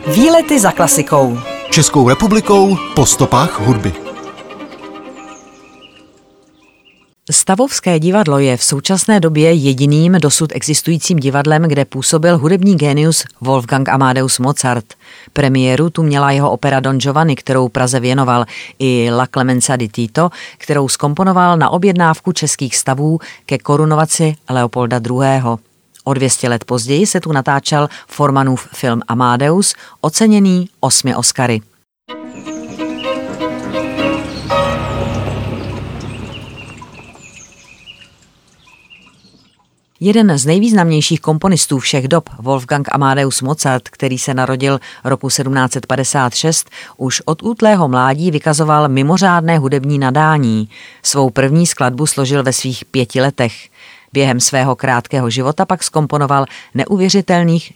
Výlety za klasikou. Českou republikou po stopách hudby. Stavovské divadlo je v současné době jediným dosud existujícím divadlem, kde působil hudební génius Wolfgang Amadeus Mozart. Premiéru tu měla jeho opera Don Giovanni, kterou Praze věnoval, i La Clemenza di Tito, kterou zkomponoval na objednávku českých stavů ke korunovaci Leopolda II. O 200 let později se tu natáčel Formanův film Amadeus, oceněný 8 Oscary. Jeden z nejvýznamnějších komponistů všech dob, Wolfgang Amadeus Mozart, který se narodil roku 1756, už od útlého mládí vykazoval mimořádné hudební nadání. Svou první skladbu složil ve svých 5 letech. Během svého krátkého života pak zkomponoval neuvěřitelných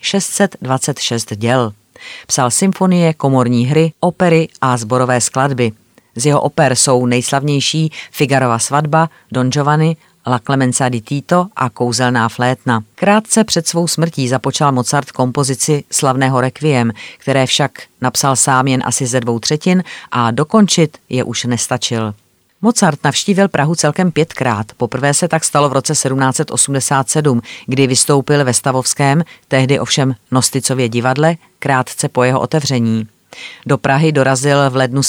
626 děl. Psal symfonie, komorní hry, opery a sborové skladby. Z jeho oper jsou nejslavnější Figarova svatba, Don Giovanni, La Clemenza di Tito a Kouzelná flétna. Krátce před svou smrtí započal Mozart kompozici slavného Requiem, které však napsal sám jen asi ze 2/3 a dokončit je už nestačil. Mozart navštívil Prahu celkem 5krát. Poprvé se tak stalo v roce 1787, kdy vystoupil ve stavovském, tehdy ovšem Nosticově divadle, krátce po jeho otevření. Do Prahy dorazil v lednu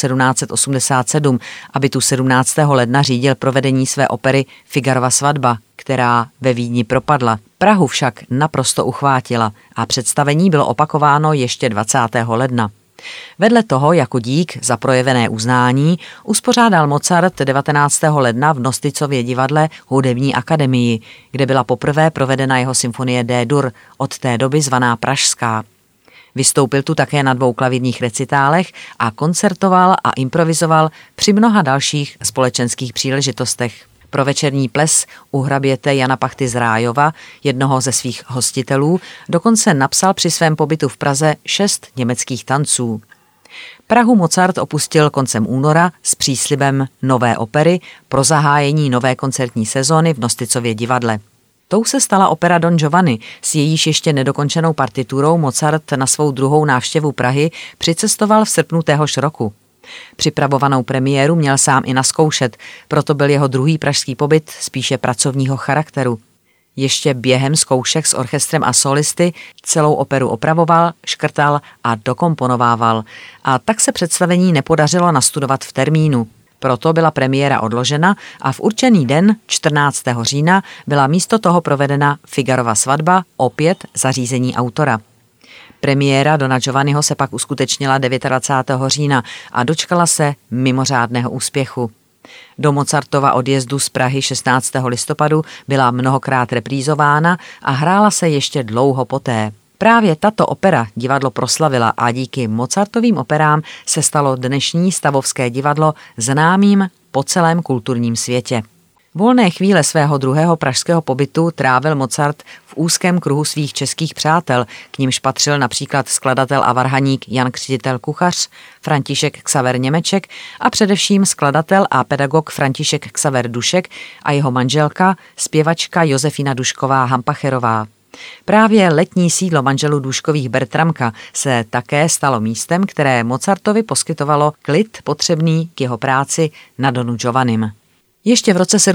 1787, aby tu 17. ledna řídil provedení své opery Figarova svatba, která ve Vídni propadla. Prahu však naprosto uchvátila a představení bylo opakováno ještě 20. ledna. Vedle toho, jako dík za projevené uznání, uspořádal Mozart 19. ledna v Nosticově divadle hudební akademii, kde byla poprvé provedena jeho symfonie D-dur, od té doby zvaná Pražská. Vystoupil tu také na 2 klavírních recitálech a koncertoval a improvizoval při mnoha dalších společenských příležitostech. Pro večerní ples u hraběte Jana Pachty z Rájova, jednoho ze svých hostitelů, dokonce napsal při svém pobytu v Praze 6 německých tanců. Prahu Mozart opustil koncem února s příslibem nové opery pro zahájení nové koncertní sezóny v Nosticově divadle. Tou se stala opera Don Giovanni, s jejíž ještě nedokončenou partiturou Mozart na svou druhou návštěvu Prahy přicestoval v srpnu téhož roku. Připravovanou premiéru měl sám i naskoušet, proto byl jeho druhý pražský pobyt spíše pracovního charakteru. Ještě během zkoušek s orchestrem a solisty celou operu opravoval, škrtal a dokomponovával, a tak se představení nepodařilo nastudovat v termínu. Proto byla premiéra odložena a v určený den 14. října byla místo toho provedena Figarova svatba, opět za řízení autora. Premiéra Dona Giovanniho se pak uskutečnila 29. října a dočkala se mimořádného úspěchu. Do Mozartova odjezdu z Prahy 16. listopadu byla mnohokrát reprízována a hrála se ještě dlouho poté. Právě tato opera divadlo proslavila a díky Mozartovým operám se stalo dnešní stavovské divadlo známým po celém kulturním světě. Volné chvíle svého druhého pražského pobytu trávil Mozart v úzkém kruhu svých českých přátel, k nimž patřil například skladatel a varhaník Jan Křtitel Kuchař, František Xaver Němeček a především skladatel a pedagog František Xaver Dušek a jeho manželka, zpěvačka Josefina Dušková Hampacherová. Právě letní sídlo manželů Duškových Bertramka se také stalo místem, které Mozartovi poskytovalo klid potřebný k jeho práci na Donu Giovannim. Ještě v roce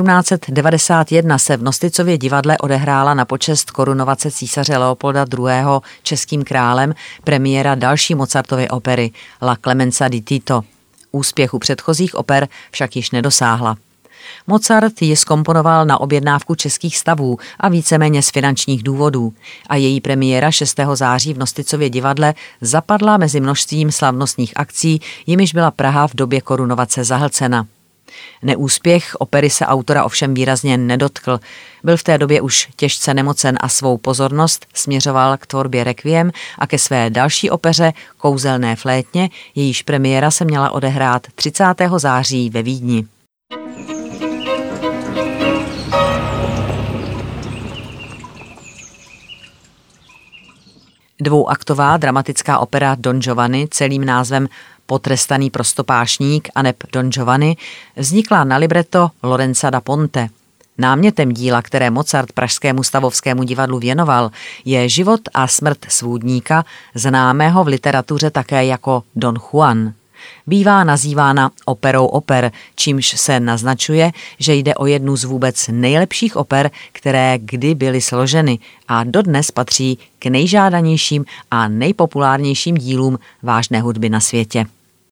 1791 se v Nosticově divadle odehrála na počest korunovace císaře Leopolda II. Českým králem premiéra další Mozartovy opery La Clemenza di Tito. Úspěchu předchozích oper však již nedosáhla. Mozart ji zkomponoval na objednávku českých stavů a víceméně z finančních důvodů a její premiéra 6. září v Nosticově divadle zapadla mezi množstvím slavnostních akcí, jimiž byla Praha v době korunovace zahlcena. Neúspěch opery se autora ovšem výrazně nedotkl. Byl v té době už těžce nemocen a svou pozornost směřoval k tvorbě Requiem a ke své další opeře Kouzelné flétně, jejíž premiéra se měla odehrát 30. září ve Vídni. Dvouaktová dramatická opera Don Giovanni celým názvem Potrestaný prostopášník aneb Don Giovanni vznikla na libreto Lorenza da Ponte. Námětem díla, které Mozart pražskému Stavovskému divadlu věnoval, je život a smrt svůdníka, známého v literatuře také jako Don Juan. Bývá nazývána operou oper, čímž se naznačuje, že jde o jednu z vůbec nejlepších oper, které kdy byly složeny a dodnes patří k nejžádanějším a nejpopulárnějším dílům vážné hudby na světě.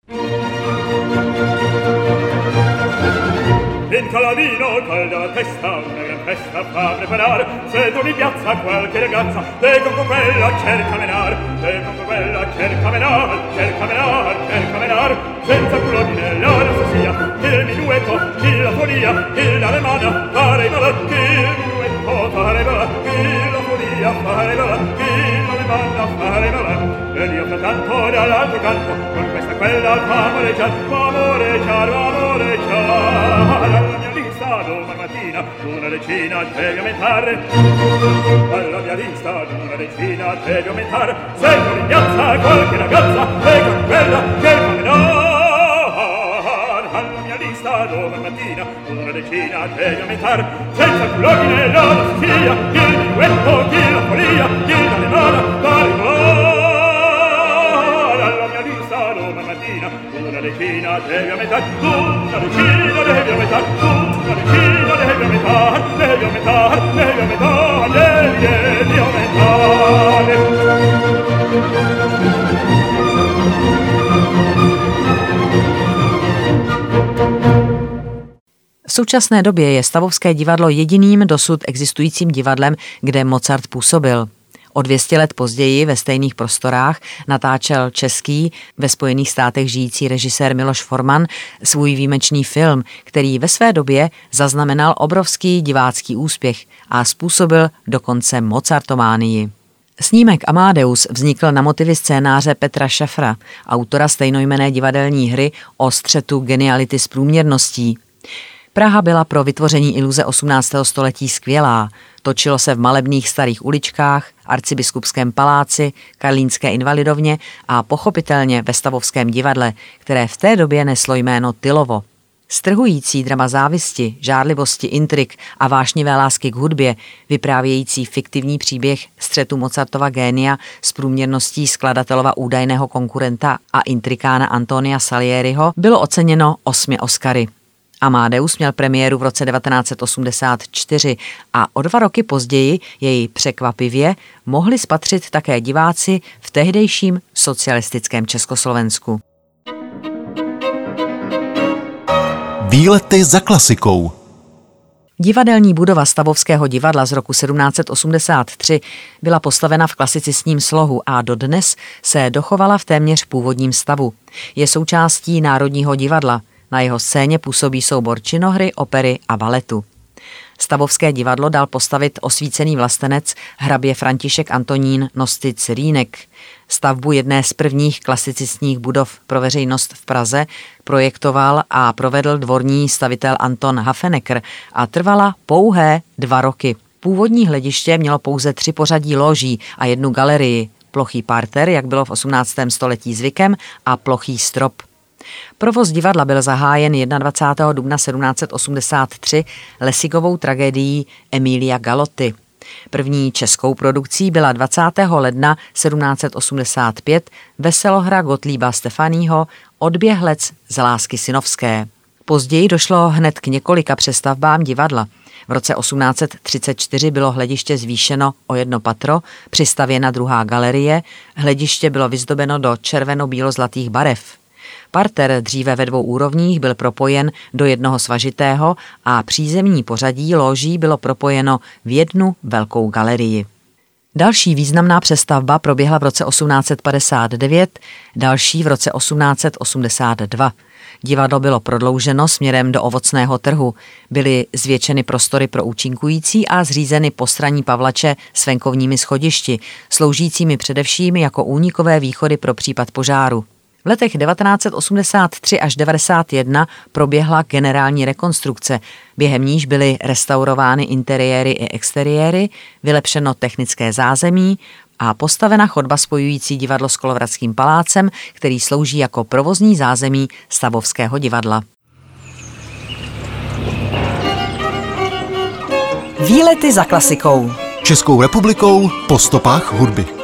In Caladino calda la testa, una gran festa fa preparar, se tu mi piazza qualche ragazza, te con quella cerca menar, cerca menar, senza colonine la sia, il minuetto, il la folia, il alemana, fare mala, il minuetto, fare mala, il la folia, fare mala, il alemana, fare mala, e io frattanto dall'altro canto, con questa quella amoreggiar, alla mia lista domani mattina una decina devi aumentare, alla mia lista una decina devi aumentare, se tu in piazza qualche ragazza e con quella che camminar, alla mia lista domani mattina una decina devi aumentare, senza cologine la sia, il minuetto, la folia, l'alemana, fare alla mia lista domani mattina una decina devi aumentare, una decina devi aumentare, una decina devi aumentare, devi aumentare, devi aumentare. V současné době je Stavovské divadlo jediným dosud existujícím divadlem, kde Mozart působil. O 200 let později ve stejných prostorách natáčel český, ve Spojených státech žijící režisér Miloš Forman svůj výjimečný film, který ve své době zaznamenal obrovský divácký úspěch a způsobil dokonce Mozartománii. Snímek Amadeus vznikl na motivy scénáře Petra Šafra, autora stejnojmenné divadelní hry o střetu geniality s průměrností. Praha byla pro vytvoření iluze 18. století skvělá. Točilo se v malebných starých uličkách, arcibiskupském paláci, Karlínské invalidovně a pochopitelně ve Stavovském divadle, které v té době neslo jméno Tylovo. Strhující drama závisti, žárlivosti, intrik a vášnivé lásky k hudbě, vyprávějící fiktivní příběh střetu Mozartova génia s průměrností skladatelova údajného konkurenta a intrikána Antonia Salieriho, bylo oceněno 8 Oscary. Amadeus měl premiéru v roce 1984 a o 2 roky později jej překvapivě mohli spatřit také diváci v tehdejším socialistickém Československu. Výlety za klasikou. Divadelní budova Stavovského divadla z roku 1783 byla postavena v klasicistním slohu a dodnes se dochovala v téměř původním stavu. Je součástí Národního divadla. Na jeho scéně působí soubor činohry, opery a baletu. Stavovské divadlo dal postavit osvícený vlastenec hrabě František Antonín Nostic Rýnek. Stavbu jedné z prvních klasicistních budov pro veřejnost v Praze projektoval a provedl dvorní stavitel Anton Hafenecker a trvala pouhé 2 roky. Původní hlediště mělo pouze 3 pořadí lóží a 1 galerii, plochý parter, jak bylo v 18. století zvykem, a plochý strop. Provoz divadla byl zahájen 21. dubna 1783 Lessigovou tragédií Emilia Galotti. První českou produkcí byla 20. ledna 1785 veselohra Gottlieba Stefaního Odběhlec z lásky synovské. Později došlo hned k několika přestavbám divadla. V roce 1834 bylo hlediště zvýšeno o 1 patro, přistavěna 2. galerie, hlediště bylo vyzdobeno do červeno-bílo-zlatých barev. Parter dříve ve 2 úrovních byl propojen do jednoho svažitého a přízemní pořadí lóží bylo propojeno v 1 velkou galerii. Další významná přestavba proběhla v roce 1859, další v roce 1882. Divadlo bylo prodlouženo směrem do ovocného trhu, byly zvětšeny prostory pro účinkující a zřízeny postranní pavlače s venkovními schodišti, sloužícími především jako únikové východy pro případ požáru. V letech 1983 až 1991 proběhla generální rekonstrukce, během níž byly restaurovány interiéry i exteriéry, vylepšeno technické zázemí a postavena chodba spojující divadlo s Kolovratským palácem, který slouží jako provozní zázemí Stavovského divadla. Výlety za klasikou. Českou republikou po stopách hudby.